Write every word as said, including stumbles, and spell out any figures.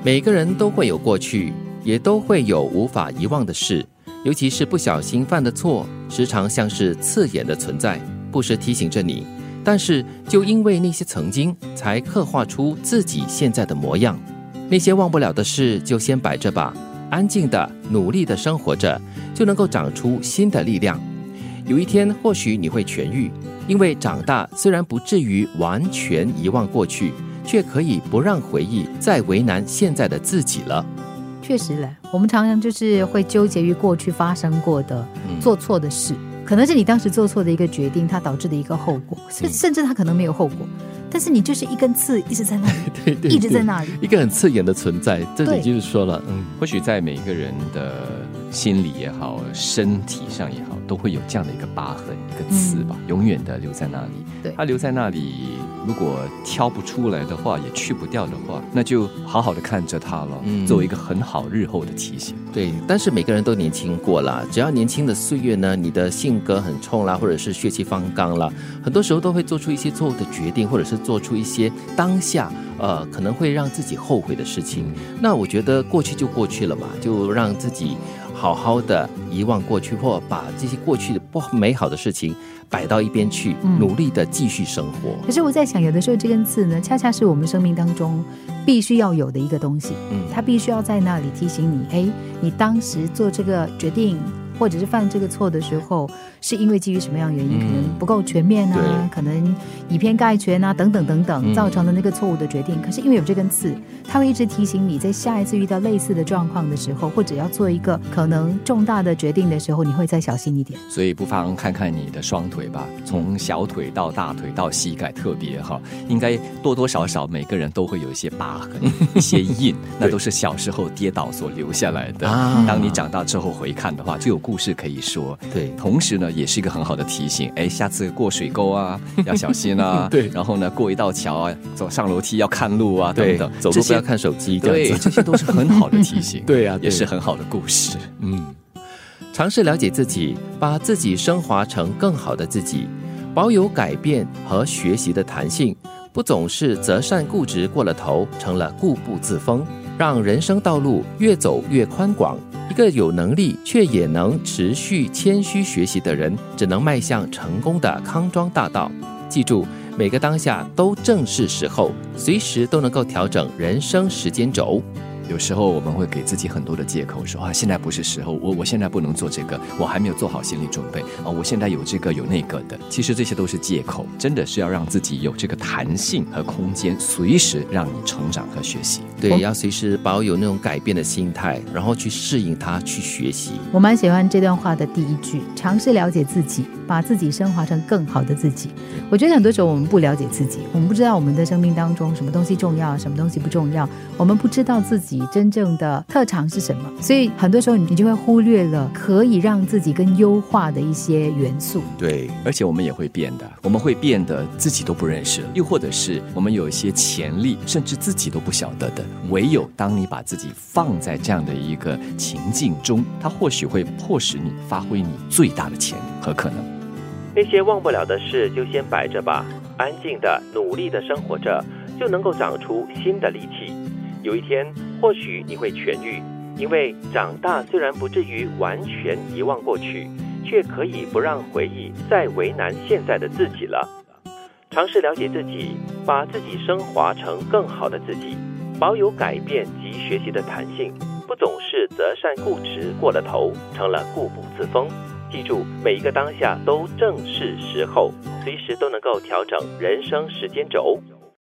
每个人都会有过去，也都会有无法遗忘的事，尤其是不小心犯的错，时常像是刺眼的存在，不时提醒着你。但是就因为那些曾经，才刻画出自己现在的模样。那些忘不了的事就先摆着吧，安静的努力的生活着，就能够长出新的力量。有一天或许你会痊愈，因为长大虽然不至于完全遗忘过去，却可以不让回忆再为难现在的自己了。 确实了，我们常常就是会纠结于过去发生过的做错的事、嗯、可能是你当时做错的一个决定，它导致的一个后果、嗯、甚至它可能没有后果，但是你就是一根刺一直在那里对对对， 一直在那里， 一个很刺眼的存在。这里就是说了，嗯， 或许在每一个人的心里也好，身体上也好，都会有这样的一个疤痕，一个刺吧、嗯、永远的留在那里。 对， 它留在那里，如果挑不出来的话，也去不掉的话，那就好好的看着它了、嗯、作为一个很好日后的提醒。 对，但是每个人都年轻过啦，只要年轻的岁月呢，你的性格很冲啦，或者是血气方刚啦，很多时候都会做出一些错误的决定，或者是做出一些当下呃可能会让自己后悔的事情。那我觉得过去就过去了嘛，就让自己好好的遗忘过去，或把这些过去的不美好的事情摆到一边去、嗯、努力的继续生活。 可是我在想，有的时候这根刺呢，恰恰是我们生命当中必须要有的一个东西、嗯、它必须要在那里提醒你，哎，你当时做这个决定或者是犯这个错的时候，是因为基于什么样的原因、嗯、可能不够全面啊，可能以偏概全啊，等等等等，造成的那个错误的决定、嗯、可是因为有这根刺，它会一直提醒你，在下一次遇到类似的状况的时候，或者要做一个可能重大的决定的时候，你会再小心一点。 所以不妨看看你的双腿吧，从小腿到大腿到膝盖，特别哈，应该多多少少每个人都会有一些疤痕一些印，那都是小时候跌倒所留下来的、啊、当你长大之后回看的话，就有故事可以说。 对， 同时呢，也是一个很好的提醒，哎，下次过水沟啊要小心啊对， 然后呢过一道桥啊，走上楼梯要看路啊等等， 走路不要看手机， 对，这些都是很好的提醒对啊， 也是很好的故事。 嗯，尝试了解自己，把自己升华成更好的自己，保有改变和学习的弹性，不总是择善固执过了头，成了固步自封，让人生道路越走越宽广。一个有能力却也能持续谦虚学习的人，只能迈向成功的康庄大道。记住，每个当下都正是时候，随时都能够调整人生时间轴。 有时候我们会给自己很多的借口，说啊，现在不是时候，我我现在不能做这个，我还没有做好心理准备啊，我现在有这个有那个的。其实这些都是借口，真的是要让自己有这个弹性和空间，随时让你成长和学习。 对，要随时保有那种改变的心态，然后去适应它，去学习。 我蛮喜欢这段话的第一句，尝试了解自己，把自己升华成更好的自己。我觉得很多时候我们不了解自己，我们不知道我们的生命当中什么东西重要，什么东西不重要，我们不知道自己真正的特长是什么，所以很多时候你就会忽略了可以让自己更优化的一些元素。 对，而且我们也会变的，我们会变得自己都不认识，又或者是我们有一些潜力甚至自己都不晓得的，唯有当你把自己放在这样的一个情境中，它或许会迫使你发挥你最大的潜力和可能。 那些忘不了的事就先摆着吧，安静的努力的生活着，就能够长出新的力气。有一天或许你会痊愈，因为长大虽然不至于完全遗忘过去，却可以不让回忆再为难现在的自己了。尝试了解自己，把自己升华成更好的自己，保有改变及学习的弹性，不总是择善固执过了头，成了固步自封。记住，每一个当下都正是时候，随时都能够调整人生时间轴。